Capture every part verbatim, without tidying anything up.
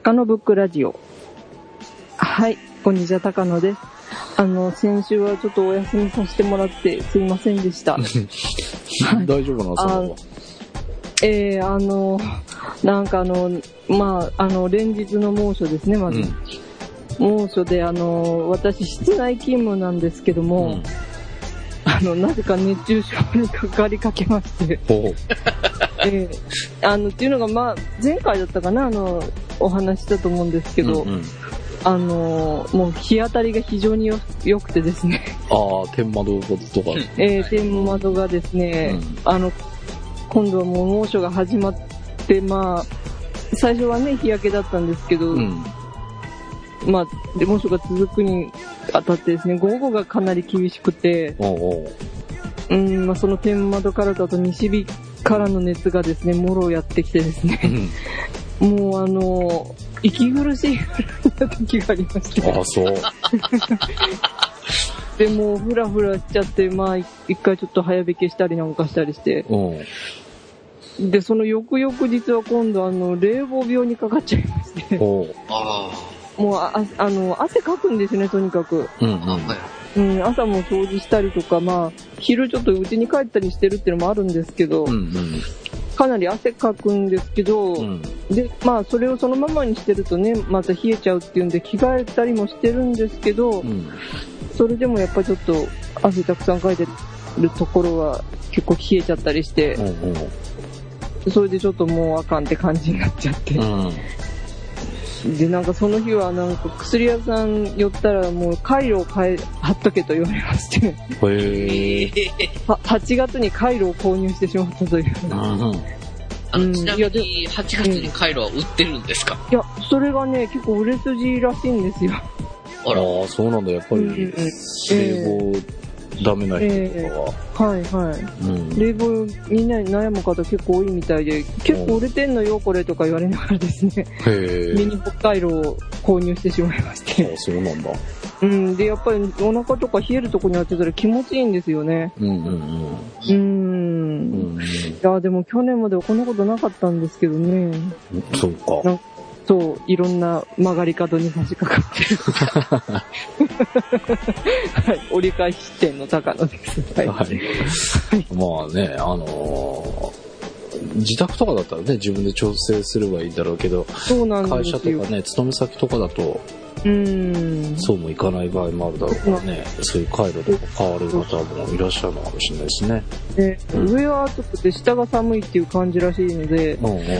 高野ブックラジオ。はい、こんにちは、高野です。あの、先週はちょっとお休みさせてもらってすいませんでした。 大丈夫な朝は。 えー、あの、なんかあの、まあ、あの、連日の猛暑ですね、まず。うん、猛暑で、あの、私、室内勤務なんですけども、うん、あの、なぜか熱中症にかかりかけまして。えー、あの、っていうのが、まあ、前回だったかな、あの、お話したと思うんですけど、うんうん、あの、もう日当たりが非常によ良くてですね。 ああ、天窓とか。 えー、天窓がですね、うん、あの、今度はもう猛暑が始まって、まあ、最初はね、日焼けだったんですけど、うん、まあ、で猛暑が続くにあたってですね、午後がかなり厳しくて、おうおう、うん、まあ、その天窓からだと西日からの熱がですね、もろやってきてですね、うん、もうあの、息苦しいぐらいな時がありました。 ああ、そう。 でもうフラフラしちゃって、まあ一回ちょっと早引けしたりなんかしたりして、でその翌々日は今度あの冷房病にかかっちゃいまして、あもうああの汗かくんですね、とにかく。うんうんうん、朝も掃除したりとか、まあ昼ちょっと家に帰ったりしてるっていうのもあるんですけど、うんうん、かなり汗かくんですけど、うん、でまあそれをそのままにしてるとね、また冷えちゃうっていうんで着替えたりもしてるんですけど、うん、それでもやっぱりちょっと汗たくさんかいてるところは結構冷えちゃったりして、うんうん、それでちょっともうあかんって感じになっちゃって、うん、でなんかその日はなんか薬屋さん寄ったらもうカイロを買え貼っとけと言われまして、へはちがつにカイロを購入してしまったという、うん、 あのちなみにはちがつにカイロは売ってるんですか？ いや、それがね結構売れ筋らしいんですよ。 あら、そうなんだ。やっぱり冷房ダメな人とかは、 えー、はいはい、うん、冷房に、ね、悩む方結構多いみたいで、結構売れてんのよこれとか言われながらですね、ミニ北海道を購入してしまいまして。 あ、そうなんだ。 うん、でやっぱりお腹とか冷えるとこに当てたら気持ちいいんですよね。うんうんうん。うん。うん、いやでも去年まではこんなことなかったんですけどね。 そうか。 そう、いろんな曲がり角に差し掛かってる。はい、折り返し地点の高野です。はい。はい、 まあね、あのー、自宅とかだったらね、自分で調整すればいいんだろうけど、 そうなんですよ。 会社とかね、勤め先とかだと、うん、そうもいかない場合もあるだろうからね、そういう回路とか変わる方もいらっしゃるのかもしれないですね。 で、うん、上は暑くて下が寒いっていう感じらしいので、うんうん、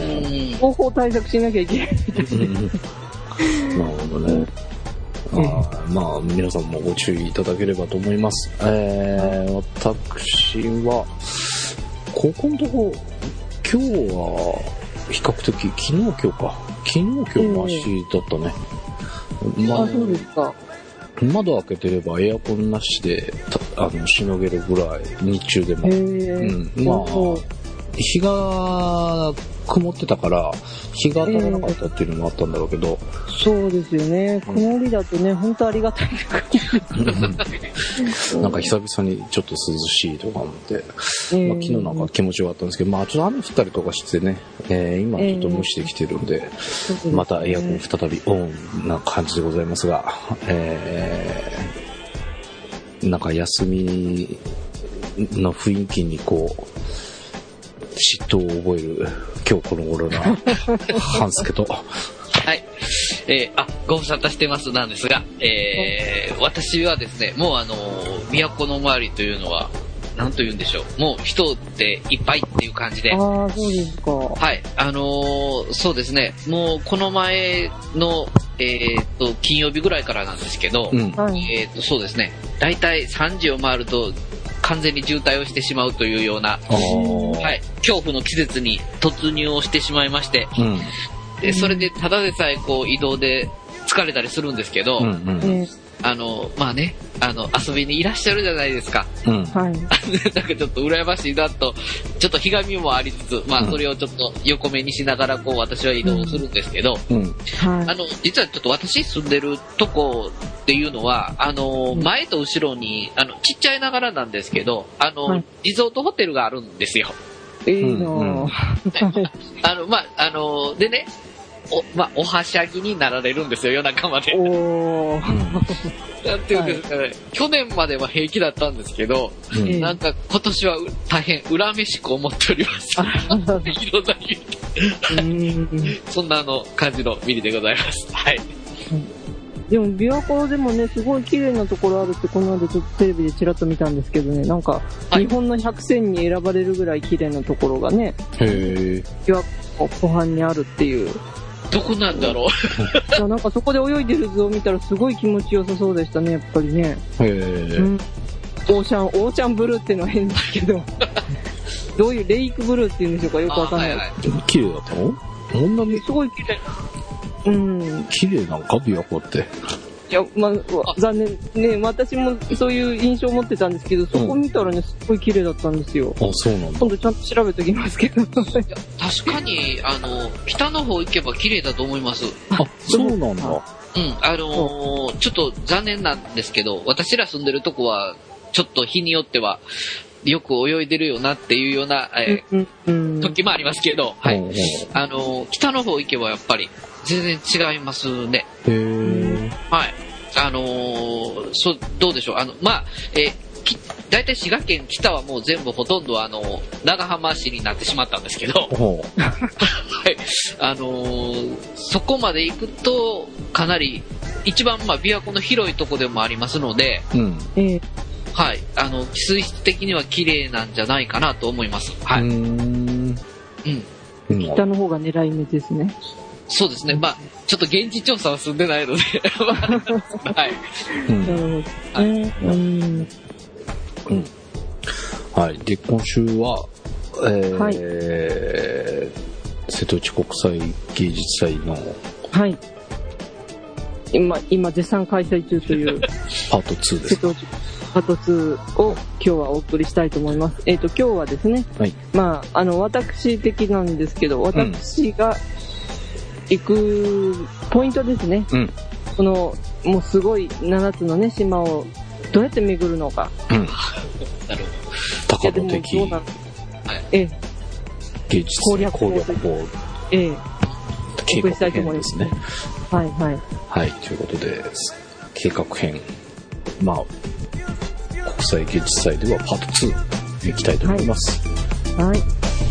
方法対策しなきゃいけないみたいです。なるほどね。あまあ皆さんもご注意いただければと思います。えー、私はここのとこ今日は比較的昨日今日か昨日今日マシだったね。 まあ、そうですか。 窓開けてればエアコンなしであのしのげるぐらい日中でも、うん、まあ日が曇ってたから日が当たらなかったっていうのもあったんだろうけど、 そうですよね。曇りだとね、本当ありがたいなんか久々にちょっと涼しいとか思って、まあ、昨日なんか気持ちよかったんですけど、まあちょっと雨降ったりとかしてね、えー、今ちょっと蒸してきてるんで、えー、またエアコン再びオンな感じでございますが、えー、なんか休みの雰囲気にこう嫉妬を覚える今日この頃な半助とはい、えー、あご無沙汰してますなんですが、えー、私はですねもうあの都の周りというのは何と言うんでしょう、もう人でいっぱいっていう感じで、 ああそうですか、 はいあのー、そうですね、もうこの前のえー、と金曜日ぐらいからなんですけど、うん、えー、とそうですねだいたいさんじを回ると完全に渋滞をしてしまうというような、はい、恐怖の季節に突入をしてしまいまして、うん、でそれでただでさえこう移動で疲れたりするんですけど、うんうん、あのまあねあの遊びにいらっしゃるじゃないですか、うん、なんかちょっと羨ましいなとちょっとひがみもありつつ、まあそれをちょっと横目にしながらこう私は移動するんですけど、うんうん、あの実はちょっと私住んでるとこっていうのはあの前と後ろにあのちっちゃいながらなんですけどあの、はい、リゾートホテルがあるんですよ。 いいなぁ、 あのまああのでねお、まあ、おはしゃぎになられるんですよ、夜中まで。 おー。 なんていうんですかね、はい、去年までは平気だったんですけど、うん、なんか今年は大変恨めしく思っております。いろんな意味で。そんなあの感じのミリでございます。はい。 でも、琵琶湖でもね、すごい綺麗なところあるって、この間ちょっとテレビでちらっと見たんですけどね、なんか、日本の百選に選ばれるぐらい綺麗なところがね、 へー。 琵琶湖湖畔にあるっていう。 どこなんだろういや、なんかそこで泳いでる図を見たらすごい気持ちよさそうでしたね、やっぱりね。 へー。うん、 オーシャン、オーシャンブルーっていうのは変ですけど、どういうレイクブルーっていうんでしょうか、よくわかんない。はいはい、 綺麗だったの？こんなにすごい綺麗。うん。 綺麗なのか、琵琶湖って。 いや、まあ、残念。ね、私もそういう印象を持ってたんですけど、そこ見たらね、すっごい綺麗だったんですよ。 あ、そうなんだ。 今度ちゃんと調べておきますけど。 確かに、あの、北の方行けば綺麗だと思います。 あ、そうなんだ。うん、 あのー、ちょっと残念なんですけど、私ら住んでるとこは、ちょっと日によっては、よく泳いでるよなっていうような、えーうんうん、時もありますけど、はい。あのー、北の方行けばやっぱり、全然違いますね。 へー。 はい。あのー、そう、どうでしょう。あの、まあ、えー、き、大体滋賀県北はもう全部ほとんどあの、長浜市になってしまったんですけど、はい。あのー、そこまで行くと、かなり、一番まあ、琵琶湖の広いとこでもありますので、 うん。 はい。あの、水質的には綺麗なんじゃないかなと思います。はい。うーん。 うん。北の方が狙い目ですね。 そうですね。まあ、ちょっと現地調査は済んでないので。はい。うん。はい。うん。 うん。はい。で、今週は、えー、はい、瀬戸内国際芸術祭の、 はい。今、今絶賛開催中という。 パートツーです。瀬戸内パートツーを今日はお送りしたいと思います。えっと、今日はですね、はい、まあ、あの、私的なんですけど、私が、うん行くポイントですね、 うん、 このもうすごいななつのね島をどうやって巡るのか、 うん、高野的ええ芸術攻略法ええ計画編ですね。 はいはいはいということで計画編まあ国際芸術祭ではパートツーいきたいと思います。 はい、はい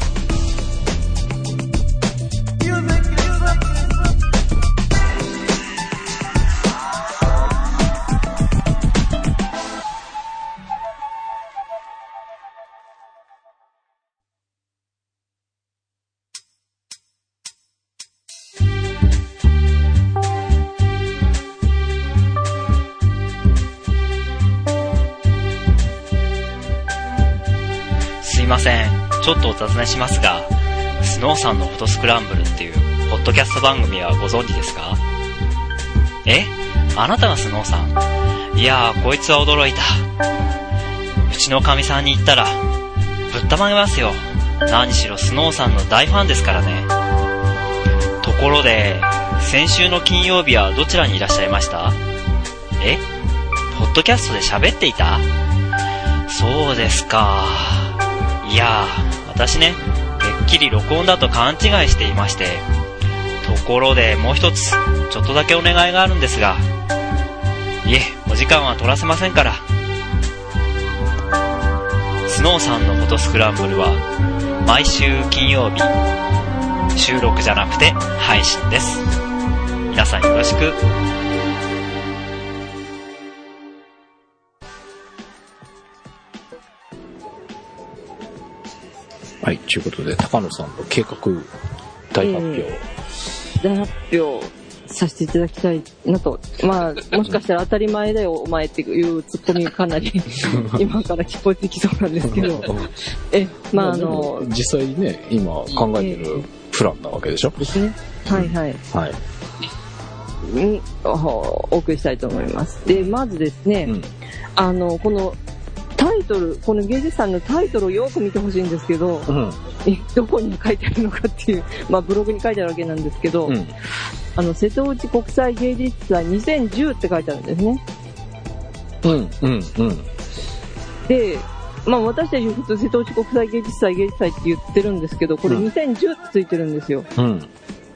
すいません、ちょっとお尋ねしますが、スノーさんのフォトスクランブルっていうポッドキャスト番組はご存知ですか？え？あなたがスノーさん？いやー、こいつは驚いた。うちのかみさんに言ったらぶったまげますよ。何しろスノーさんの大ファンですからね。ところで先週の金曜日はどちらにいらっしゃいました？え？ポッドキャストで喋っていた？そうですか。いやー、私ね、てっきり録音だと勘違いしていまして。ところでもう一つちょっとだけお願いがあるんですが。いえ、お時間は取らせませんから。スノーさんのフォトスクランブルは毎週金曜日、収録じゃなくて配信です。皆さんよろしく。 はい、ということで高野さんの計画大発表、えー、大発表させていただきたいなと。まあもしかしたら当たり前だよお前っていうツッコミがかなり今から聞こえてきそうなんですけどえまああの実際ね今考えてるプランなわけでしょ。 ですね。はいはいはいにお送りしたいと思います。でまずですね、うん、あのこのタイトル、この芸術祭のタイトルをよく見てほしいんですけど、うん、どこに書いてあるのかっていう、まあブログに書いてあるわけなんですけど、うん、あの瀬戸内国際芸術祭にせんじゅうって書いてあるんですね。 うんうんうん。 で、まあ私たち普通瀬戸内国際芸術祭芸術祭って言ってるんですけど、これにせんじゅうってついてるんですよ。 うん。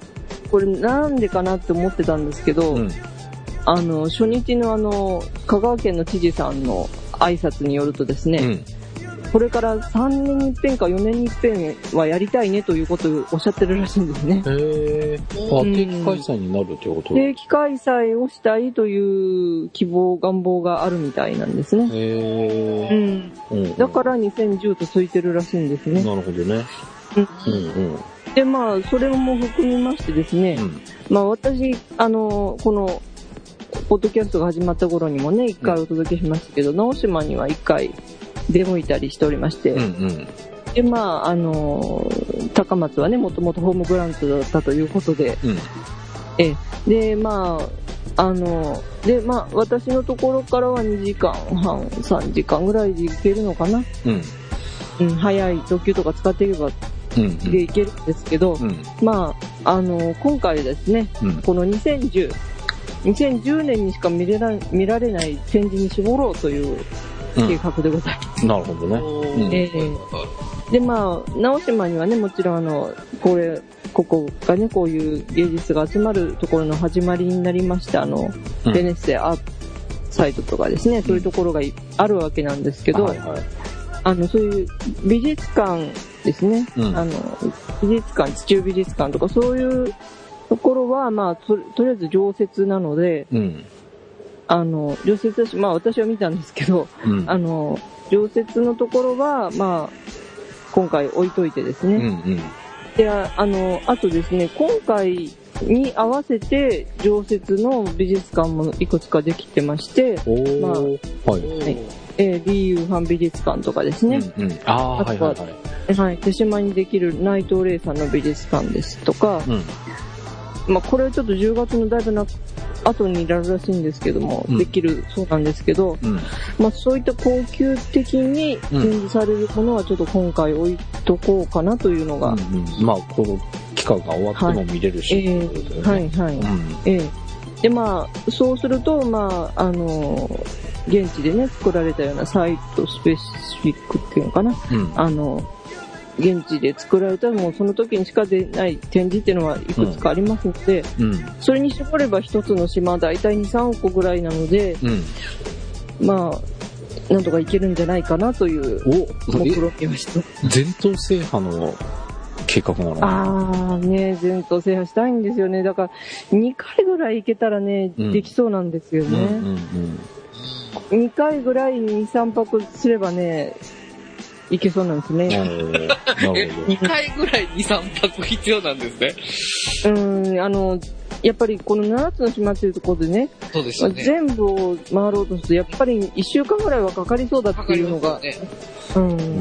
これなんでかなって思ってたんですけど、うん、あの初日のあの香川県の知事さんの挨拶によるとですね、うん、これからさんねんに一遍かよねんに一遍はやりたいねということをおっしゃってるらしいんですね。 へー。あ、定期開催になるということ？ 定期開催をしたいという希望願望があるみたいなんですね。 へー。 うんうん、だからにせんじゅうとついてるらしいんですね。 なるほどね。 うんうんうん、でまあそれも含みましてですね、うん、まあ私あのこのポッドキャストが始まった頃にもねいっかいお届けしましたけど、うん、直島にはいっかい出向いたりしておりまして、うんうん、でまああの高松はねもともとホームグラウンドだったということで、うん、えでまああのでまあ私のところからはにじかんはんさんじかんぐらいで行けるのかな、うんうん、早い特急とか使っていけばで行けるんですけど、うんうん、まああの今回ですね、うん、このにせんじゅう、にせんじゅうねんにしか見れな見られない展示に絞ろうという計画でございます。 うん、なるほどね。うん、 えー、でまあ直島にはねもちろんあのこれここがねこういう芸術が集まるところの始まりになりましたあの、うん、ベネッセアートサイトとかですね、そういうところがあるわけなんですけど、はいはい、あのそういう美術館ですね、うん、あの美術館地中美術館とかそういうところはまあ と, とりあえず常設なので、うん、あの常設だしまあ私は見たんですけど、うん、あの常設のところはまあ今回置いといてですね、うんうん、で あ, あのあとですね今回に合わせて常設の美術館もいくつかできてまして、まあはいはいえー、ビーユー ファン美術館とかですね、 うんうん、ああとは、はいはいはいはい、手島にできる内藤玲さんの美術館ですとか、うんまあ、これはちょっとじゅうがつのだいぶな後になるらしいんですけども、うん、できるそうなんですけど、うんまあ、そういった高級的に展示されるものはちょっと今回置いとこうかなというのが、うんうん、まあこの期間が終わっても見れるし、 はいえー、はいはい、うんえー、でまあそうするとまああの現地でね作られたようなサイトスペシフィックっていうのかな、うん、あの現地で作られたもうその時にしか出ない展示っていうのはいくつかありますので、うんうん、それに絞れば一つの島だいたいにさんおくぐらいなので、うん、まあなんとかいけるんじゃないかなという目論みました。 全島制覇の計画なの？ ああね全島制覇したいんですよね。だからにかいぐらい行けたらね、うん、できそうなんですよね、うんうんうん、にかいぐらいにさんぱくすればねいけそうなんですね。 にかいぐらいにさんぱく必要なんですね。 うん、あの、やっぱりこのななつの島っていうところでね、 そうですよね全部を回ろうとすると、やっぱりいっしゅうかんぐらいはかかりそうだっていうのが、ねうん、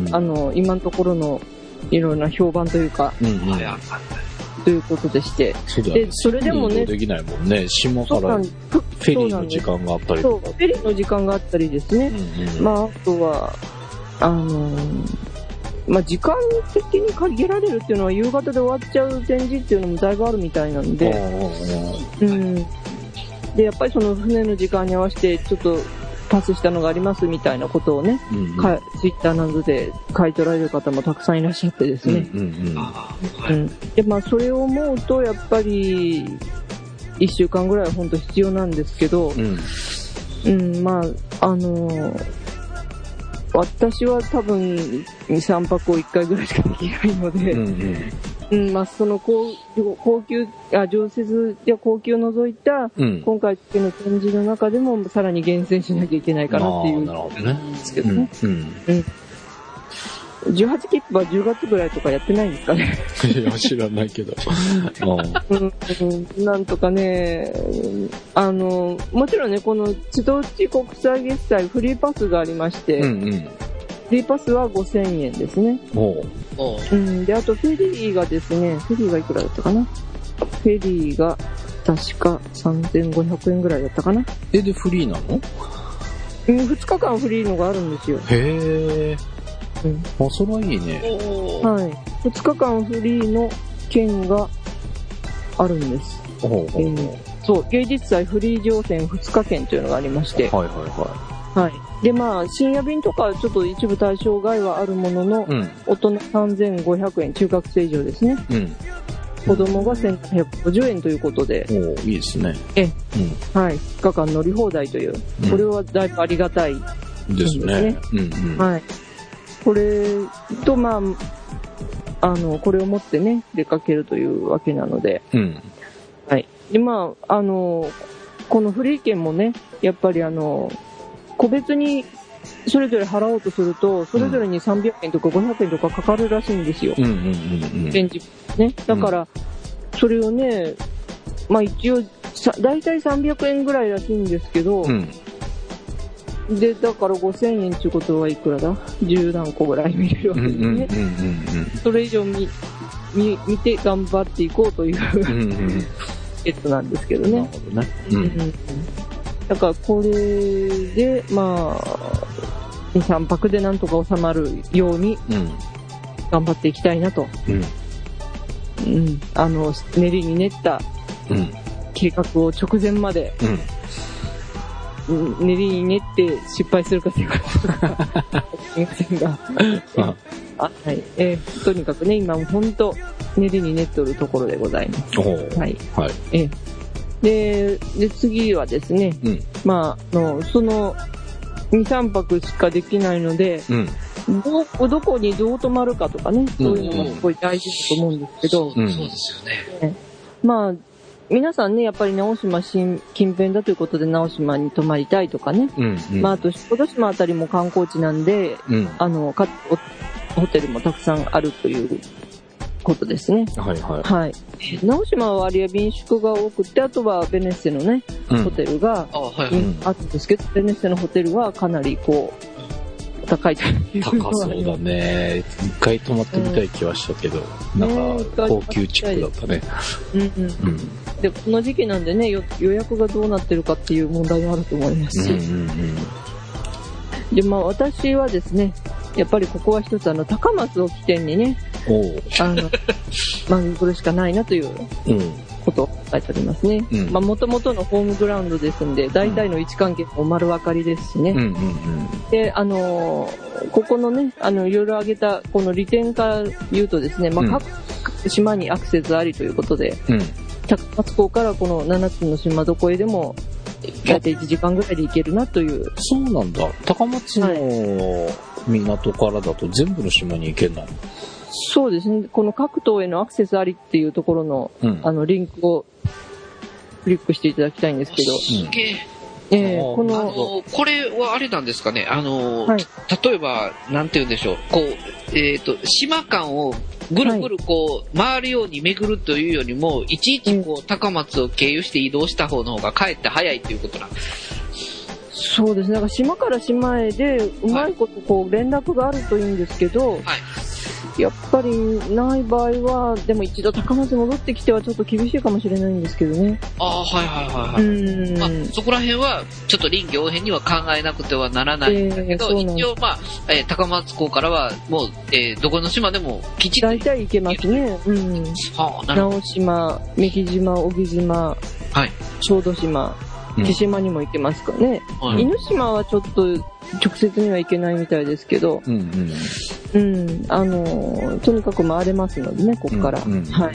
あの、今のところのいろんな評判というか、うんうん、ということでして。 そうだね、で、それでもね、できないもんね。島からフェリーの時間があったりとか。 そう、フェリーの時間があったりですね。うんうん、まあ、あとは、あのー、まあ、時間的に限られるっていうのは夕方で終わっちゃう展示っていうのもだいぶあるみたいなんで、うん、でやっぱりその船の時間に合わせてちょっとパスしたのがありますみたいなことをね、うんうん、ツイッターなどで書いておられる方もたくさんいらっしゃってですね、うんうんうん、でまあ、それを思うとやっぱりいっしゅうかんぐらいは本当必要なんですけど、うんうん、まああのー私は多分にさんぱくをいっかいぐらいしかできないので、うんうんうんまあ、その 高, 高級あ常設や高級を除いた、うん、今回の展示の中でもさらに厳選しなきゃいけないかなっていうなんですけどね。うんうんうんじゅうはち切符はじゅうがつぐらいとかやってないんですかね。 いや知らないけど、 うんうん、なんとかねあのもちろんねこの津戸内国際月祭フリーパスがありまして、うんうん、フリーパスはごせんえんですね。おうおう、うん、であとフェリーがですねフェリーがいくらだったかなフェリーが確かさんぜんごひゃくえんぐらいだったかな。 えでフリーなの？ うん、ふつかかんフリーのがあるんですよ。 へーうん、あ、それはいいね。 はい。ふつかかんフリーの券があるんです。おうおうおうえー、そう、芸術祭フリー乗船ふつか券というのがありまして。はいはいはい。はい。で、まあ、深夜便とかちょっと一部対象外はあるものの、うん、大人さんぜんごひゃくえん、中学生以上ですね。うん。 子供がせんななひゃくごじゅうえんということで。 おいいですね。 え、うん、はい。ふつかかん乗り放題という。これはだいぶありがたいですね。ですね。うんうん、はい。 これと、まあ、あの、これを持ってね、出かけるというわけなので。うん。はい。で、まあ、あの、このフリー券もね、やっぱりあの、個別にそれぞれ払おうとすると、それぞれにさんびゃくえんとかごひゃくえんとかかかるらしいんですよ。うんうんうんうん。展示ね。だから、それをね、まあ一応、だいたいさんびゃくえんぐらいらしいんですけど、うん、で、だからごせんえんっていうことはいくらだ ?じゅう 何個ぐらい見れるわけですね。それ以上見、見、見て頑張っていこうというやつなんですけどね。なるほどね。うんうん、だからこれで、まあ、に、さんぱくでなんとか収まるように、頑張っていきたいなと。うんうん、あの練りに練った計画を直前まで、うん、練りに練って失敗するかというかすいませんがあ、はいえー、とにかくね今も本当練りに練っておるところでございます。はい、はいえー、で, で次はですね、うん、まあのそのに、さんぱくしかできないので、うんど, どこにどう泊まるかとかね、そういうのがすごい大事だと思うんですけど、 うんうん、そうですよね。 まあ皆さんねやっぱり直島近辺だということで直島に泊まりたいとかね、うんうん、まああと小豆島あたりも観光地なんで、うん、あのかホテルもたくさんあるということですね。はいはい。はい。直島は割合民宿が多くて、あとはベネッセのね、うん、ホテルがあ、はいはい、あるんですけど、ベネッセのホテルはかなりこう。高いという高そうだね。一回泊まってみたい気はしたけど、うん、なんか高級チックだったね。うんうんうん、 でこの時期なんでね予約がどうなってるかっていう問題もあると思いますし、うんうんうん、でまあ私はですねやっぱりここは一つあの高松を起点にねあの満足するしかないなという。うんことを書いてありますね。もともとのホームグラウンドですんで、大体の位置関係も丸分かりですしね。うんうんうん、で、あのー、ここのね、あの、いろいろ挙げた、この利点から言うとですね、まあ、各島にアクセスありということで、うん、高松港からこのななつの島どこへでも、大体いちじかんぐらいで行けるなという。 そうなんだ。高松の港からだと全部の島に行けるの？ そうですね。この各島へのアクセスありっていうところの、うん、あの、リンクをクリックしていただきたいんですけど。 すげえ。えー、この、あの、これはあれなんですかね。あの、はい、例えば、なんて言うんでしょう。こう、えっと、島間をぐるぐるこう、回るように巡るというよりも、いちいちこう、高松を経由して移動した方の方がかえって早いということなんです。 そうですね。だから島から島へで、うまいことこう、連絡があるといいんですけど、はいやっぱりない場合はでも一度高松戻ってきてはちょっと厳しいかもしれないんですけどね。 ああはいはいはいはい。うん、まあ、そこら辺はちょっと臨機応変には考えなくてはならないんだけど、えー、一応まあ、えー、高松港からはもう、えー、どこの島でもきちっと大体行けますね。うん。はあ、なるほど。直島、女木島、小木島、はい、小豆島、千島にも行けますかね。うん、犬島はちょっと直接には行けないみたいですけど、うんうんうん、あのとにかく回れますのでねここから、うんうん、はい。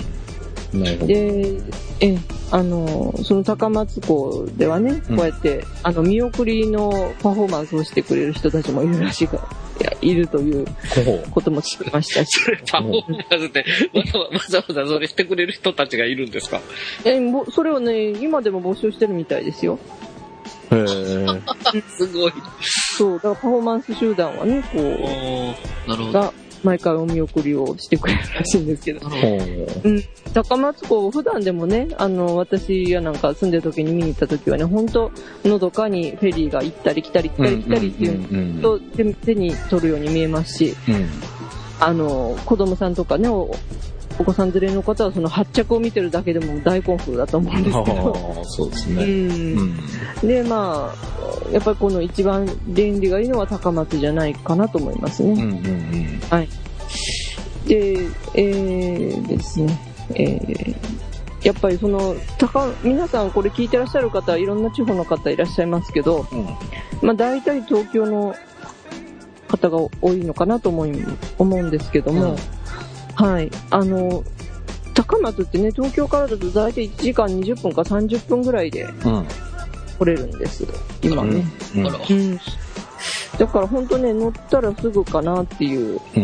で、えあのその高松港ではね、こうやってあの見送りのパフォーマンスをしてくれる人たちもいるらしいから。いやいるということも聞きましたし。 それパフォーマンスってわざわざそれしてくれる人たちがいるんですか？ えそれをね今でも募集してるみたいですよ。 へーすごい。 そうだからパフォーマンス集団はねこうなるほどが毎回お見送りをしてくれるらしいんですけど、うん、高松港普段でもねあの私やなんか住んでる時に見に行った時はね本当のどかにフェリーが行ったり来たり来たり来たりっていうと手に取るように見えますし、うん、あの子供さんとかねおお子さん連れの方はその発着を見てるだけでも大興奮だと思うんですけどそうですね、 うんうん、でまあやっぱりこの一番便利がいいのは高松じゃないかなと思いますね、うんうんうん、はいで、えー、ですね、えー、やっぱりその高皆さんこれ聞いてらっしゃる方いろんな地方の方いらっしゃいますけど、うんまあ、大体東京の方が多いのかなと思い思うんですけども、うんはい、あの高松ってね、東京からだと大体いちじかんにじゅっぷんかさんじゅっぷんぐらいで来れるんです、うん、今ね、うんうん、だから本当ね、乗ったらすぐかなっていう、うん、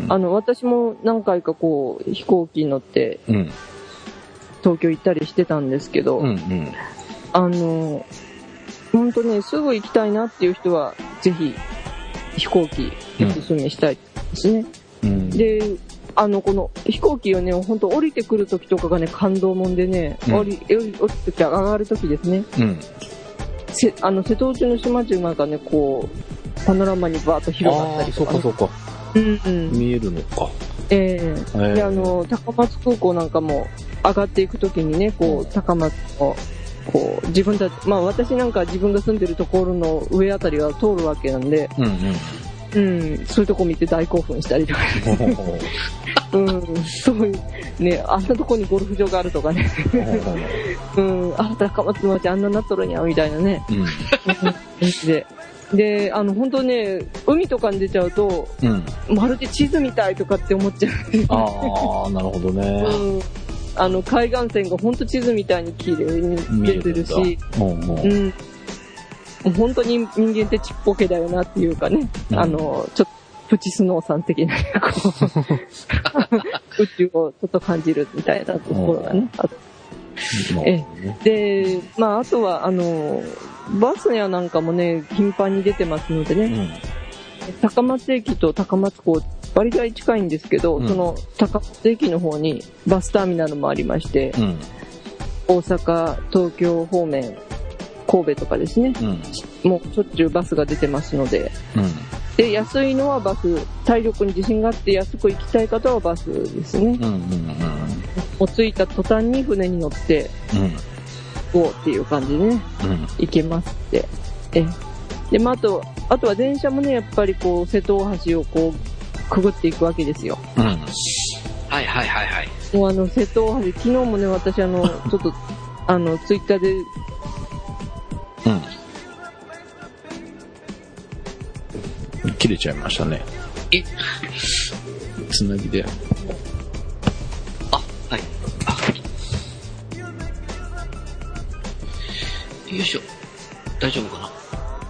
あの私も何回かこう飛行機に乗って東京行ったりしてたんですけど、うんうん、あの本当ね、すぐ行きたいなっていう人はぜひ飛行機おすすめしたいですね、うん、であのこの飛行機をね、本当降りてくる時とかがね、感動もんでね、うん、降り降り降りてき上がる時ですね、うん、せあの瀬戸内の島々がね、こうパノラマにバーッと広がったりとか、ね、 あ、そうかそうか、うんうん、見えるのか。 えー、えー、であの高松空港なんかも上がっていく時にね、こう高松のこう自分たち、まあ私なんか自分が住んでるところの上あたりは通るわけなんで、うんうんうん、そういうとこ見て大興奮したりとか、うん、そういうね、あんなとこにゴルフ場があるとかね、うん、あ、高松町あんななっとるんやみたいなね、うん、で、で、あの本当ね、海とかに出ちゃうと、うん、まるで地図みたいとかって思っちゃう。 ああ、なるほどね。うん、 あの海岸線が本当地図みたいに綺麗に出てるし、うん。本当に人間ってちっぽけだよなっていうかね、うん、あのちょっとプチスノーさん的なこう宇宙をちょっと感じるみたいなところがね、あと、えで、まああとはあのバスやなんかもね頻繁に出てますのでね、うん、高松駅と高松港割合近いんですけど、うん、その高松駅の方にバスターミナルもありまして、うん、大阪、東京方面、神戸とかですね、うん、もうしょっちゅうバスが出てますので、うん、で安いのはバス、体力に自信があって安く行きたい方はバスですね、うんうんうん、もう着いた途端に船に乗って、うん、おーっていう感じでね、うん、行けますって。えで、まあ、あとあとは電車もね、やっぱりこう瀬戸大橋をこうくぐっていくわけですよ、うん、はいはいはいはい。 もうあの瀬戸大橋、昨日もね、私あのちょっとあのツイッターでうん、切れちゃいましたね。 え、 つなぎで。 あ、はい。あ、よいしょ。大丈夫かな。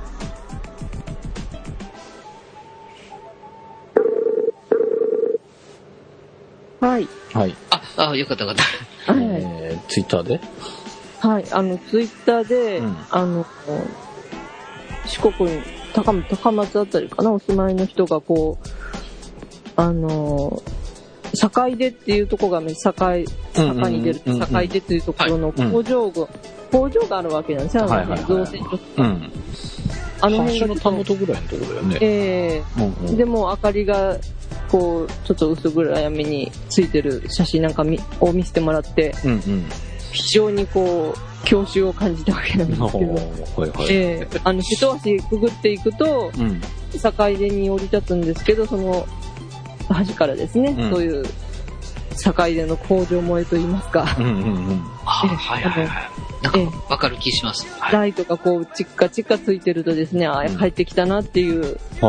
はい。 はい。 あ、あ、よかったよかった。 はい。えー、ツイッターで。 はい、あのツイッターで、うん、あの四国に 高, 高松あたりかなお住まいの人がこうあの坂出っていうところがね、坂坂に出る坂出っていうところの工場が、はい、工場があるわけなんですよ。 はいはいはい、 造船所、 うん、あの辺のたもとぐらいのところだよね。 えーうんうん、でも明かりがこうちょっと薄暗闇についてる写真なんかを見せてもらって。うんうん、非常にこう郷愁を感じたわけなんですけど、はいはい、えー、あの瀬戸橋くぐっていくと、うん、坂出に降り立つんですけど、その橋からですね、うん、そういう坂出の工場萌えといいますか、うんうんうん、 あ、はいはいはい、なんか分かる気します、 はい、ライトがこうチッカチッカついてるとですね、あ、帰ってきたなっていう、うん、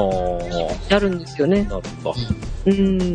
なるんですよね。なるほど。うん、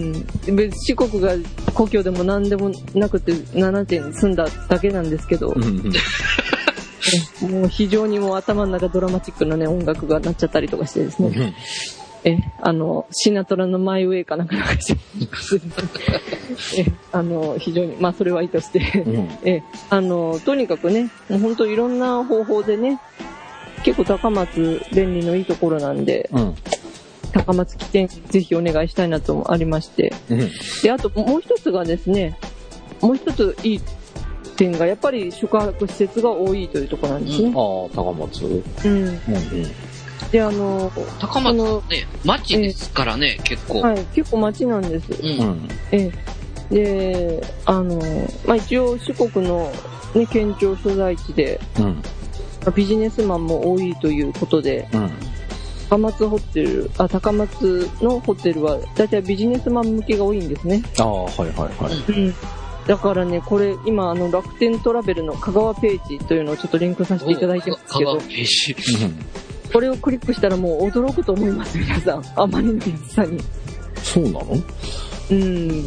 四国が故郷でも何でもなくてななねん住んだだけなんですけど、うんうん、もう非常にもう頭の中ドラマチックなね音楽が鳴っちゃったりとかしてですね、うん、えあのシナトラのマイウェイかなんかなんかしてえあの非常にまあそれはいいとして、うん、えあのとにかくね、もう本当いろんな方法でね、結構高松便利のいいところなんで、うん、高松起点ぜひお願いしたいなとありまして、うん、であともう一つがですね、もう一ついい点がやっぱり宿泊施設が多いというところなんですね、うん、 ああ高松、うんうんうん、であの高松ね町ですからね、えー、結構はい結構町なんです、うんえー、であの、まあ、一応四国の、ね、県庁所在地で、うん、ビジネスマンも多いということで、うん、高松ホテル、あ、高松のホテルは大体ビジネスマン向けが多いんですね。 ああ、はいはいはい。 うん。だからね、これ今あの楽天トラベルの香川ページというのをちょっとリンクさせていただいてますけど、香川ページこれをクリックしたらもう驚くと思います皆さん。あまりの安さに。 そうなの？ うん、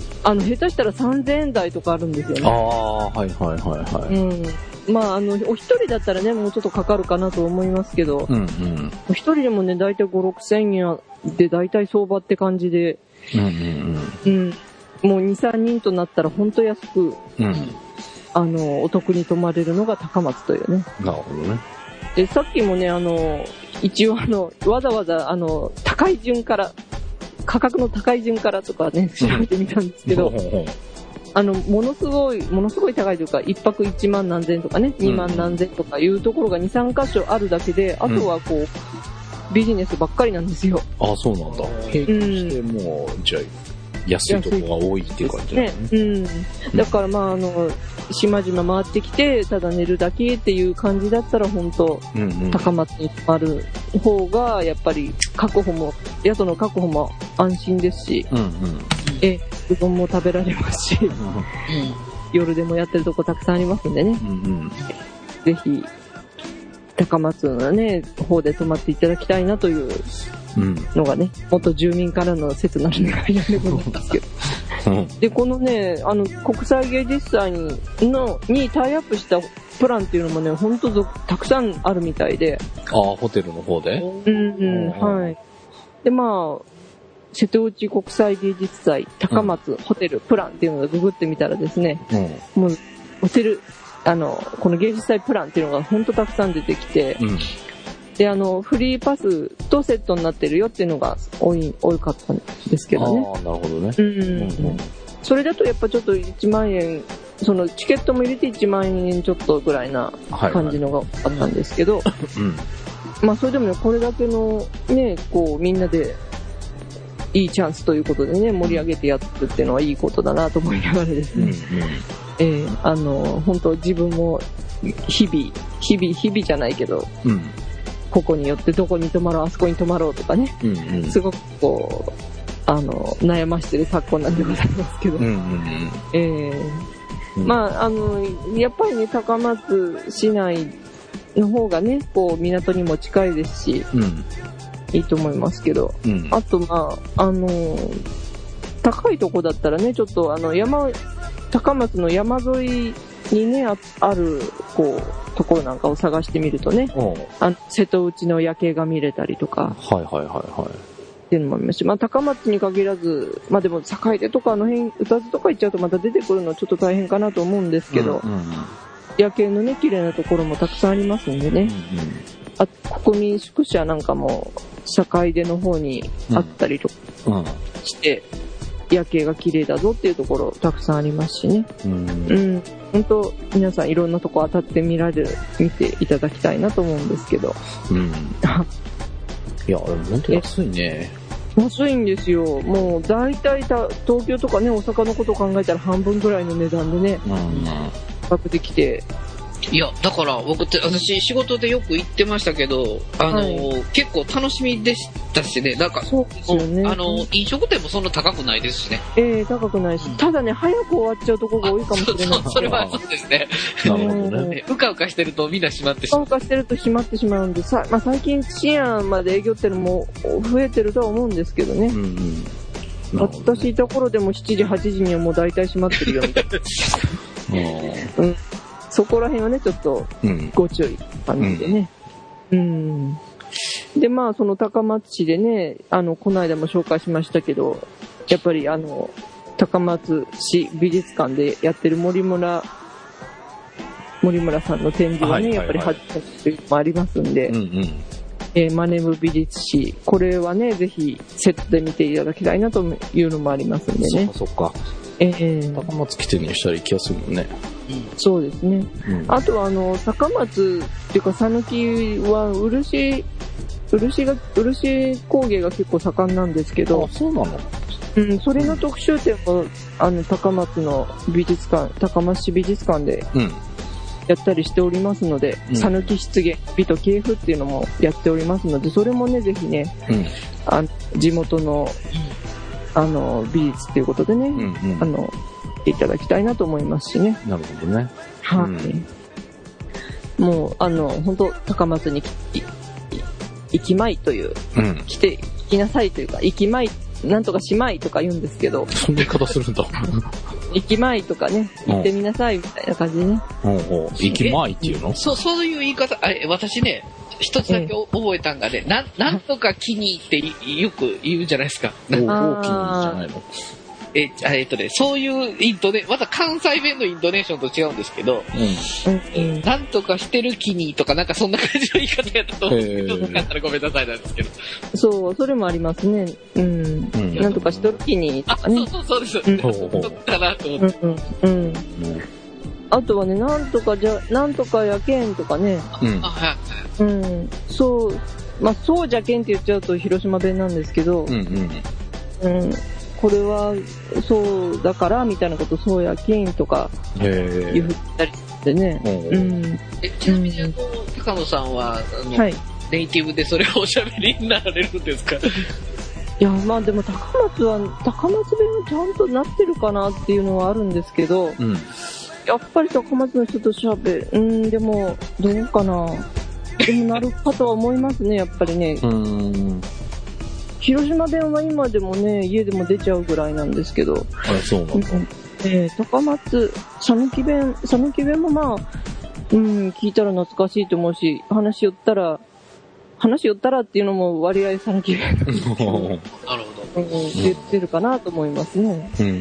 あの、下手したらさんぜんえん台とかあるんですよね。 ああ、はいはいはいはい。 うん。まあ、あの、お一人だったらね、もうちょっとかかるかなと思いますけど、うんうん、お一人でもね、だいたいご、ろくせんえんで、だいたい相場って感じで、うんうんうん。うん。もうに、さんにんとなったら本当安く、うん、あの、お得に泊まれるのが高松というね。 なるほどね。 で、さっきもね、あの、一応あの、わざわざ、あの、高い順から、価格の高い順からとかね、調べてみたんですけど、うん、あの、ものすごい、ものすごい高いというか、一泊いちまん何千とかね、にまん何千とかいうところがに、さん箇所あるだけで、あとはこう、うん、ビジネスばっかりなんですよ。 ああ、そうなんだ。平均してもう、じゃあ、安いところが多いっていう感じだね。 うん。だからまあ、あの、島々回ってきて、ただ寝るだけっていう感じだったら、本当、うんうん、高松に泊まる方が、やっぱり確保も、宿の確保も安心ですし、うんうん、え、うどんも食べられますし、うん、夜でもやってるとこたくさんありますんでね。うんうん、ぜひ、高松のね、方で泊まっていただきたいなというのがね、元住民からの切なる願いなんでございますけど。で、このね、あの、国際芸術祭に、の、にタイアップしたプランっていうのもね、ほんとたくさんあるみたいで。 ああ、ホテルの方でうんうん、はい。で、まあ、瀬戸内国際芸術祭高松ホテルプランっていうのをググってみたらですね、うん、もう、ホテル、あの、この芸術祭プランっていうのがほんとたくさん出てきて、うん、で、あの、フリーパスとセットになってるよっていうのが多い、多かったんですけどね。 ああ、なるほどね。 うんうんうん。それだとやっぱちょっといちまんえん、そのチケットも入れていちまんえんちょっとぐらいな感じのがあったんですけど、はいはい、うん、まあそれでもね、これだけのね、こうみんなでいいチャンスということでね、盛り上げてやってるっていうのはいいことだなと思いながらですね。うんうん、えー、あの、本当自分も日々、日々、日々じゃないけど、うん、ここによってどこに泊まろう、あそこに泊まろうとかね、うんうん、すごくこう、あの、悩ましてる昨今なんでございますけど、うんうんうん、えーうん、まあ、あの、やっぱりね、高松市内の方がね、こう、港にも近いですし、うん、いいと思いますけど、うん、あと、まあ、あの、高いとこだったらね、ちょっとあの、山、高松の山沿いにね、あ, ある、こう、ところなんかを探してみるとね、あの瀬戸内の夜景が見れたりとか、 はいはいはいはい。 っていうのもありますし、まあ高松に限らず、まあでも坂出とかあの辺、宇多津とか行っちゃうとまた出てくるのちょっと大変かなと思うんですけど、うんうんうん、夜景のね、綺麗なところもたくさんありますんでね、うんうん、あ国民宿舎なんかも坂出の方にあったりとかして、うんうん夜景が綺麗だぞっていうところたくさんありますしね。うん。うん。本当皆さんいろんなとこ当たってみられる、見ていただきたいなと思うんですけど。うん。 いや、本当安いね。 安いんですよ。もう大体た東京とかね、大阪のことを考えたら半分ぐらいの値段でね、うん。価格できて。 いや、だから僕って私仕事でよく行ってましたけど、あの、はい、結構楽しみでしたしね、なんかそうですよね。 あの飲食店もそんな高くないですしね。 ええー、高くないし、うん、ただね早く終わっちゃうところが多いかもしれない。 そうそうそれはそうですね。なるほどね。うかうかしてるとみんな閉まってしまう。 うかうかしてると閉まってしまうんで、さ、まあ最近深夜まで営業ってるのも増えてるとは思うんですけどね。うんうん。ね、私いた頃でもしちじはちじにはもう大体閉まってるよみたいな。うん。そこら辺はね、ちょっとご注意感じでね。うん。うん、で、まあ、その高松市でね、あの、この間も紹介しましたけど、やっぱりあの、高松市美術館でやってる森村、森村さんの展示はね、はいはいはい、やっぱり初めてというのもありますんで、うんうん、えー、マネブ美術史、これはね、ぜひセットで見ていただきたいなというのもありますんでね。 そっかそっか。 えー、 高松来てるにしたら行きやすいもんね。 そうですね。うん、あとはあの高松っていうか讃岐は漆漆が漆工芸が結構盛んなんですけど。 あ、そうなの？ うん、それの特集展もあの高松の美術館、高松市美術館でやったりしておりますので、讃岐、うん、漆芸美と系譜っていうのもやっておりますので、それもねぜひね、うん、あの地元のあの美術ということでね、うんうん、あのいただきたいなと思いますしね。 なるほどね。 はい、うん。もうあの本当高松に行きまいという、うん、来て行きなさいというか行きまいなんとかしまいとか言うんですけど。 そんな言い方するんだ。 行きまいとかね、行ってみなさいみたいな感じでね。 うんうん、行きまいっていうの？ そう、そういう言い方、あれ、私ね、一つだけ覚えたんがね、なん、なんとか気にってよく言うじゃないですか。 おお、気にじゃないの？ え、えっとね、そういうイントネ、また関西弁のイントネーションと違うんですけど、うん、なんとかしてる気にとかなんかそんな感じの言い方やったと思うんですけど、よかったらごめんなさいなんですけど。 そう、それもありますね。うん。うん、なんとかしとる気にとかね。 あ、そうそうそうです。うん。そうかなと思って。うん、うん。うん。 あとはね、なんとかじゃ、なんとかやけんとかね。 うん。あ、はい。 うん。そう、まあ、そうじゃけんって言っちゃうと広島弁なんですけど、うんうん。うん。これはそうだからみたいなことそうやきんとか言ったりしてね。うん、 えちなみにあの高野さんはあの、はい、ネイティブでそれをおしゃべりになられるんですか？いやまあでも高松は高松弁はちゃんとなってるかなっていうのはあるんですけど、うん、やっぱり高松の人としゃべるうんでもどうかなでもなるかとは思いますねやっぱりね。うん広島弁は今でもね家でも出ちゃうぐらいなんですけど、 あそうなんだ、うんえー、高松讃岐弁讃岐弁もまあ、うん、聞いたら懐かしいと思うし話寄ったら話寄ったらっていうのも割合讃岐弁なるほど、うん、出てるかなと思いますね。 うん、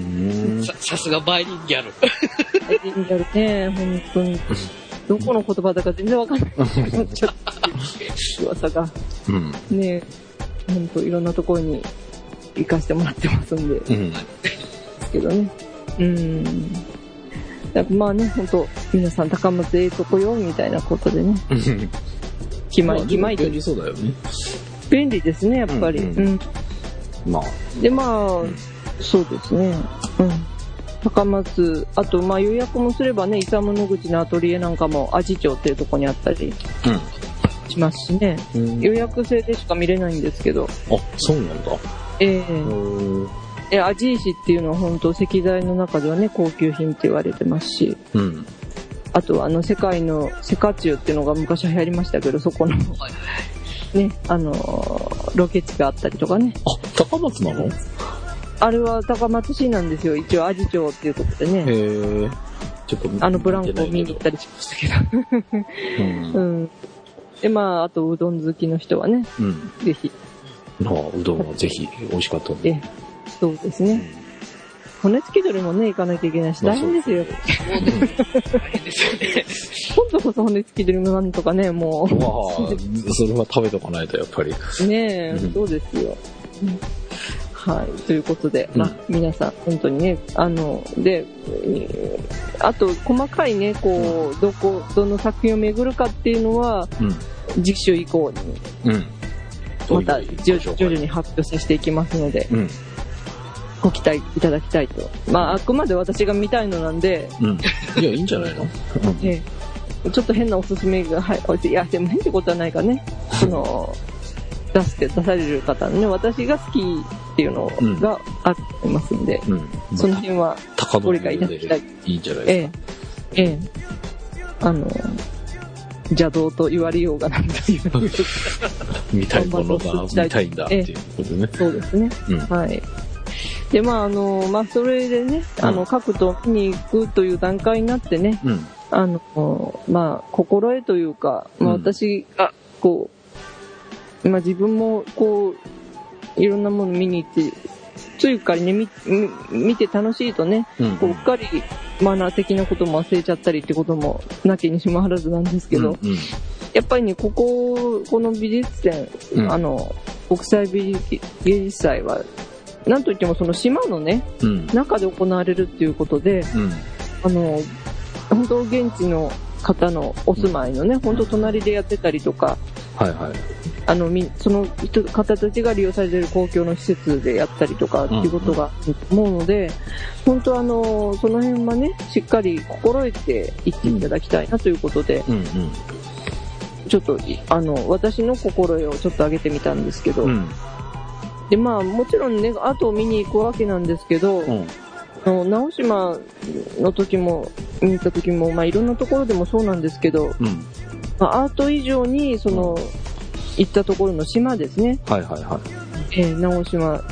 さ, さすがバイリンギャルバイリンギャルね本当にどこの言葉だか全然わかんないちょっと噂が、うん、ね本当いろんなところに行かせてもらってますんで、うん、ですけどね、うん、だまあね本当皆さん高松ええとこよみたいなことでね、気まい気まいと便利そうだよね。 便利ですねやっぱり、うんうんうん、まあでまあ、うん、そうですね、うん、高松あとまあ予約もすればね伊佐野口のアトリエなんかも阿智町っていうところにあったり。うんしますしね、うん、予約制でしか見れないんですけど。 あ、そうなんだ。 えー、えアジーシっていうのは本当石材の中ではね高級品って言われてますし、うん、あとはあの世界のセカチュウっていうのが昔流行りましたけどそこのねあのロケ地があったりとかね。 あ、高松なの？ あれは高松市なんですよ一応阿智町っていうところでね。へー。ちょっとあのブランコを見に行ったりしましたけど。うん。うんでまああとうどん好きの人はね、うん、ぜひまあうどんはぜひ美味しかったんで。 えそうですね、うん、骨付き鳥もね行かなきゃいけないし大変ですよ。大変ですよね。今度こそ骨付き鳥もなんとかねもう。 わあそれは食べとかないとやっぱり。 ねえ、うん、そうですよ。うんはい、ということで、まあ、皆さん本当にねあので、えー、あと細かいねこうどこどの作品を巡るかっていうのは、うん、次週以降に、うん、また徐々に発表させていきますので、うん、ご期待いただきたいと。まああくまで私が見たいのなんで、 うん、いやいいんじゃないの、 えー、ちょっと変なおすすめがはいいやでも変ってことはないかねその出して出される方のね私が好きっていうのがありますんで、うんうん、その辺はご理解いただきたい。 いいんじゃないですか。 ええええ、あの邪道と言われようがなんという見たいものが見たいんだっていうことね。 ええ、そうですね、うん、はいでまああのまあそれでね、うん、あの書くと見に行くという段階になってね、うん、あのまあ心得というか、まあ、私がこう、まあ、自分もこういろんなもの見に行ってついうっかりね 見, 見て楽しいとね、うん、こううっかりマナー的なことも忘れちゃったりってこともなきにしもあらずなんですけど、うんうん、やっぱりねこここの美術展、うん、あの国際美芸術祭はなんといってもその島のね、うん、中で行われるっていうことで、うん、あの本当現地の方のお住まいのね、うん、本当隣でやってたりとか、はいはい、あのその方たちが利用されている公共の施設でやったりとかっていうことが思うので、うんうん、本当あのその辺はねしっかり心得ていっていただきたいなということで、うんうん、ちょっとあの私の心得をちょっと上げてみたんですけど、うん、でまあもちろんね後を見に行くわけなんですけど、うん直島の時も見に行った時も、まあ、いろんなところでもそうなんですけど、うんまあ、アート以上にその、うん、行ったところの島ですね、はいはいはいえー、直島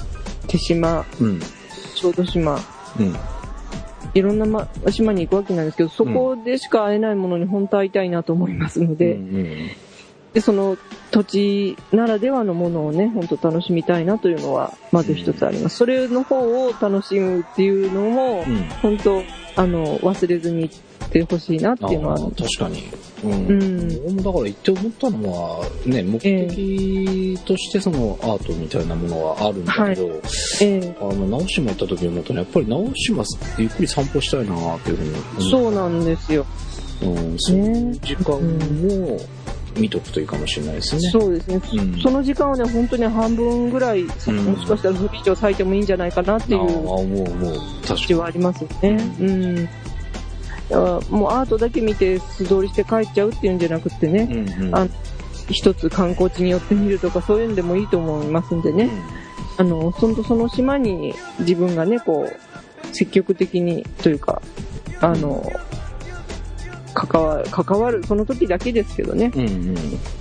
手島、うん、小豆島、うん、いろんな、ま、島に行くわけなんですけど、そこでしか会えないものに本当会いたいなと思いますので、うんうん、でその土地ならではのものをね、本当楽しみたいなというのはまず一つあります。それの方を楽しむっていうのも、うん、本当あの忘れずに行ってほしいなっていうのはある。 確かに。うん。うん、僕もだから言って思ったのはね、目的としてそのアートみたいなものはあるんだけど、はい、えー、あの直島行った時に思ったのはやっぱり直島ゆっくり散歩したいなっていうふうに思った。 そうなんですよ。 うん、そういう時間も見とくといいかもしれないですね。 そうですね。うん、その時間はね、本当に半分ぐらい、うん、もしかしたらそれ以上割いてもいいんじゃないかなっていう感じはありますよね。うん。うん、だからもうアートだけ見て素通りして帰っちゃうっていうんじゃなくてね、うんうん、あの一つ観光地に寄ってみるとかそういうのでもいいと思いますんでね。うん、あのそのその島に自分がねこう積極的にというかあの。うん関わる、関わる、その時だけですけどね。うんうん。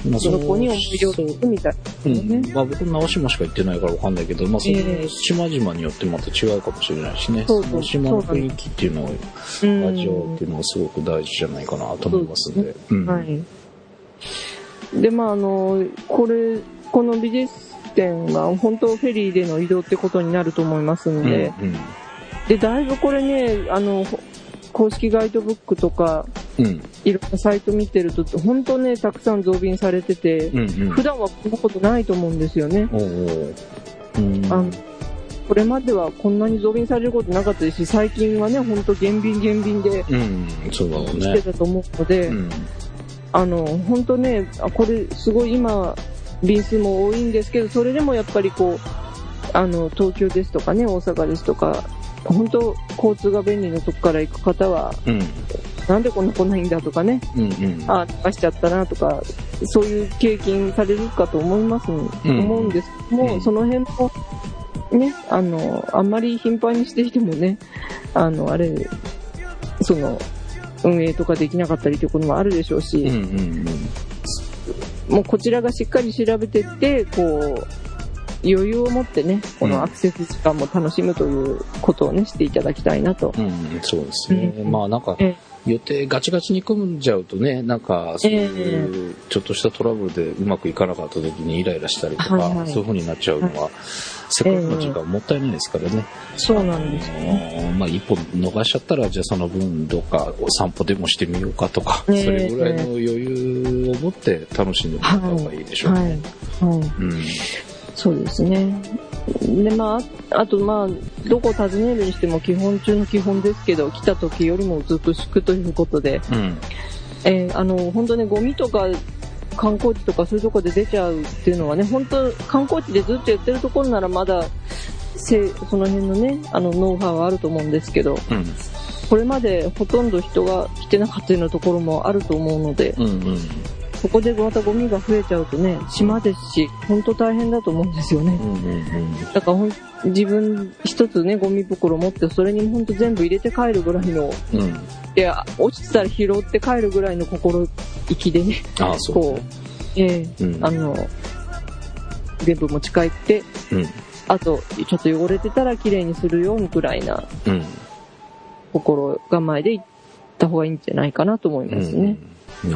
まあ、その子に思い出を聞くみたいな、ね。 うん。まあ僕、直島しか行ってないからわかんないけど、まあその島々によってまた違うかもしれないしね。そうそう。その島の雰囲気っていうのを味わうっていうのはすごく大事じゃないかなと思いますんで。うん。はい。 で、まああの、これ、この美術展は本当フェリーでの移動ってことになると思いますんで、うんうん、で、だいぶこれね、あの、公式ガイドブックとか、うん、いろんなサイト見てると本当ねたくさん増便されてて、うんうん、普段はこんなことないと思うんですよね。おうおう、うん、あのこれまではこんなに増便されることなかったですし、最近はね本当減便減便で来てたと思うので、うん、あの本当ねこれすごい今便数も多いんですけど、それでもやっぱりこうあの東京ですとかね大阪ですとか本当交通が便利なとこから行く方は、うん、なんでこんな来ないんだとかね、うんうん、ああ逃しちゃったなとかそういう経験されるかと思います、うん、思うんですけども、うん、その辺もねあのあんまり頻繁にしていてもねあのあれその運営とかできなかったりということもあるでしょうし、うんうんうん、もうこちらがしっかり調べてってこう余裕を持ってねこのアクセス時間も楽しむということをねしていただきたいなと、 うん、そうですね、うん、まあなんか予定ガチガチに組んじゃうとねなんかそういうちょっとしたトラブルでうまくいかなかった時にイライラしたりとか、はいはい、そういう風になっちゃうのは、はい、せっかくの時間もったいないですからね、 えー、そうなんですね。 まあ一本逃しちゃったらじゃあその分どっかお散歩でもしてみようかとか、えー、それぐらいの余裕を持って楽しんでもらった方がいいでしょうね、はいはいはい、うん、 そうですね。で、まあ、あと、まあ、どこを訪ねるにしても基本中の基本ですけど、来た時よりも美しくということで、うん、えー、あの、本当ね、ゴミとか観光地とかそういうとこで出ちゃうっていうのはね、本当観光地でずっとやってるところならまだ、せその辺のね、あの、ノウハウはあると思うんですけど、うん、これまでほとんど人が来てなかったようなところもあると思うので、うんうん、そこでまたゴミが増えちゃうとね、島ですし、本当大変だと思うんですよね。うんうんうん、だからほん自分一つね、ゴミ袋持ってそれに本当全部入れて帰るぐらいの、うん、いや落ちてたら拾って帰るぐらいの心意気でね、ああそうね、こう、えーうん、あの全部持ち帰って、うん、あとちょっと汚れてたらきれいにするよぐらいな、うん、心構えで行った方がいいんじゃないかなと思いますね。うんうん、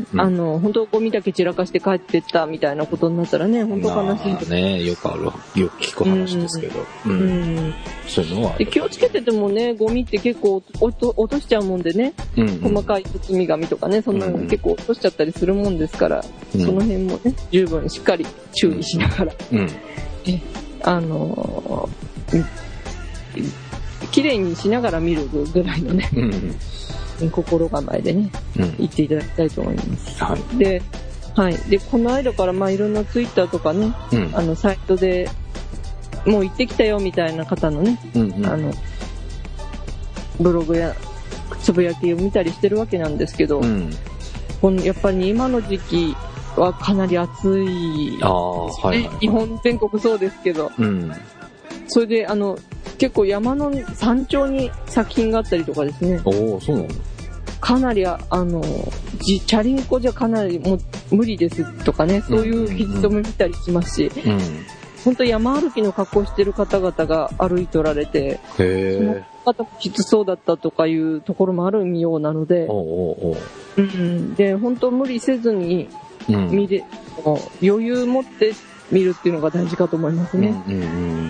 うん、あの本当ゴミだけ散らかして帰ってったみたいなことになったらね本当悲しいですね。よくあるよく聞く話ですけど、うんうんうん、そういうのはで気をつけててもねゴミって結構落と、落としちゃうもんでね、うんうん、細かい包み紙とかねそんなの結構落としちゃったりするもんですから、うん、その辺もね十分しっかり注意しながら、うんうん、えあのー、きれいにしながら見るぐらいのね、うん心構えでね、うん、言っていただきたいと思います。はい。で、はい。で、この間からまあいろんなツイッターとかね、うん、あのサイトでもう行ってきたよみたいな方のね、うんうん、あのブログやつぶやきを見たりしてるわけなんですけど、うん、このやっぱり今の時期はかなり暑いですね。あ、はいはいはい、日本全国そうですけど、うん、それであの結構山の山頂に作品があったりとかですね。 おお、そうなの。 かなりあのチャリンコじゃかなりもう無理ですとかね、そういう記事も見たりしますし、うんうんうん、 本当山歩きの格好してる方々が歩いておられて、 へその方きつそうだったとかいうところもあるようなので、 おうおうおう、 うん、で本当無理せずに見れ、うん、余裕持って見るっていうのが大事かと思いますね。 うんうんうん、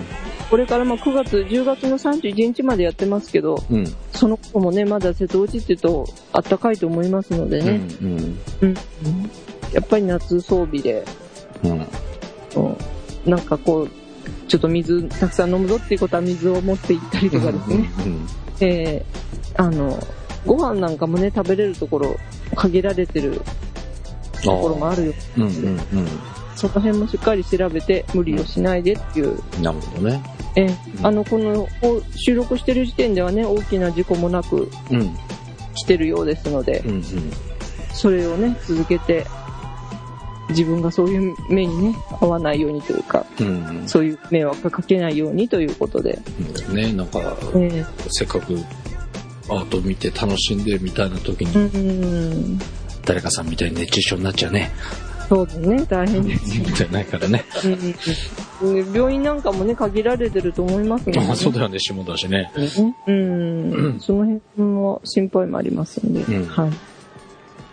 これからまあくがつじゅうがつのさんじゅういちにちまでやってますけど、うん、その子もねまだ瀬戸内っていうとあったかいと思いますのでね、うんうんうん、やっぱり夏装備で、うんうん、なんかこうちょっと水たくさん飲むぞっていうことは水を持って行ったりとかですね、うんうんうん、えー、あのご飯なんかもね食べれるところ限られてるところもあるよ、うんうんうん、その辺もしっかり調べて無理をしないでっていう、 うん、なるほどね。 えー、あのこの収録してる時点ではね大きな事故もなく来てるようですので、うんうん、それをね続けて自分がそういう目にね合わないようにというか、うん、そういう迷惑がかけないようにということで、 うん、ね、なんか、えー、せっかくアート見て楽しんでみたいな時に、うん、誰かさんみたいに熱中症になっちゃうね。 そうですね、大変ですよ。 じゃないからね、 うん、病院なんかもね限られてると思いますので、ね、 あ、そうだよね、下だしね、 うん、うん、その辺も心配もありますので、うん、はい。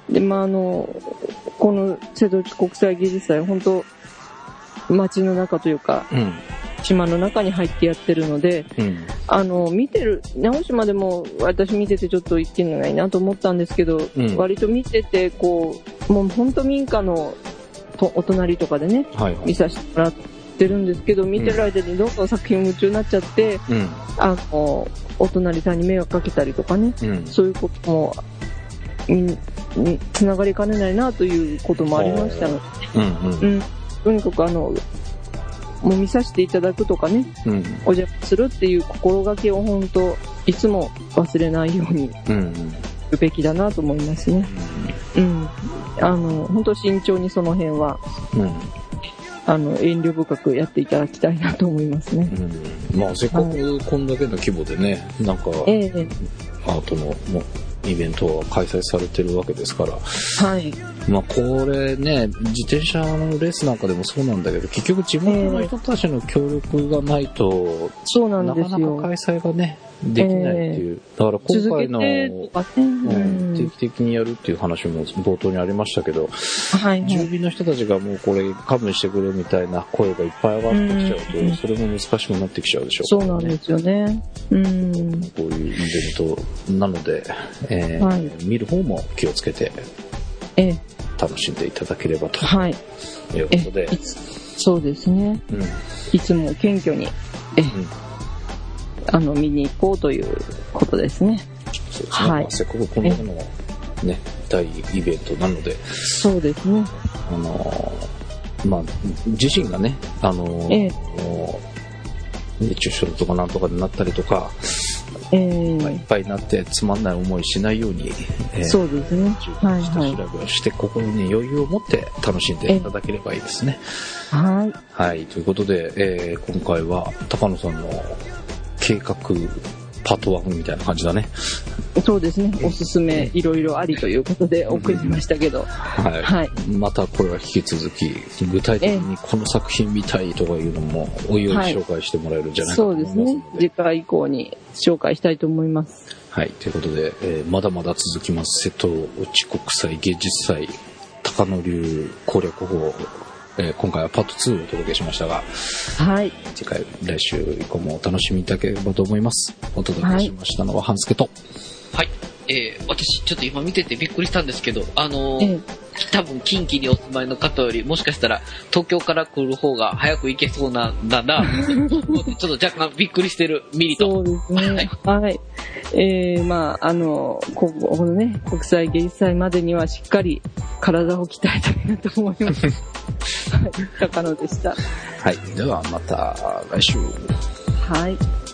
で、まあ、あのこの瀬戸内国際芸術祭本当街の中というか、うん、島の中に入ってやってるので、うん、あの見てる直島でも私見ててちょっと行ってないなと思ったんですけど、うん、割と見ててこうもう本当民家のとお隣とかでね、はいはい、見させてもらってるんですけど、見てる間にどんどん作品夢中になっちゃって、うん、あのお隣さんに迷惑かけたりとかね、うん、そういうこともにつながりかねないなということもありましたので、うんうんうん、とにかくあのもう見させていただくとかね、うん、お邪魔するっていう心がけを本当いつも忘れないようにするべきだなと思いますね、うんうん、あの本当慎重にその辺は、うん、あの遠慮深くやっていただきたいなと思いますね、 うん、まあせっかくこんだけの規模でね、なんか、えー、アートのもイベントは開催されてるわけですから、はい、まあこれね自転車のレースなんかでもそうなんだけど結局地元の人たちの協力がないと、えー、そうなんですよ、なかなか開催がねできないっていう、えー、だから今回の、うん、定期的にやるっていう話も冒頭にありましたけど、はいはい、住民の人たちがもうこれ勘弁してくれみたいな声がいっぱい上がってきちゃうと、うん、それも難しくなってきちゃうでしょうからね。 そうなんですよね、うん、 こういうイベントなので、えーはい、見る方も気をつけて楽しんでいただければということで、はい、 そうですね、うん、いつも謙虚にえ、うんあの見に行こうということですね。 そうですね。はい、まあ、せっかくこののね大イベントなので、 そうですね。 あのまあ自身がねあの、えー、熱中症とかなんとかになったりとか、えーまあ、いっぱいになってつまんない思いしないように、えー、 そうですね。 はいはい。下調べをして心に余裕を持って楽しんでいただければいいですね。 はい。 はいということで、えー、今回は高野さんの計画パートワンみたいな感じだね。 そうですね。おすすめいろいろありということで送りましたけど、うん、 はい、はい。またこれは引き続き具体的にこの作品見たいとかいうのもおいおい紹介してもらえるんじゃないかと思いますので、はい、そうですね。次回以降に紹介したいと思います。 はい。ということで、えー、まだまだ続きます瀬戸内国際芸術祭高野流攻略法。えー、今回はパートツーをお届けしましたが、はい、次回来週以降もお楽しみいただければと思います。お届けしましたのは半助と、 はい、えー、私ちょっと今見ててびっくりしたんですけど、あのー、えー、多分近畿にお住まいの方よりもしかしたら東京から来る方が早く行けそうなんだなちょっと若干びっくりしてるミリと。 そうですね。はい。えー、まああのここのね国際芸術祭までにはしっかり体を鍛えたいなと思います。はい、高野でした。 はい、ではまた来週。 はい。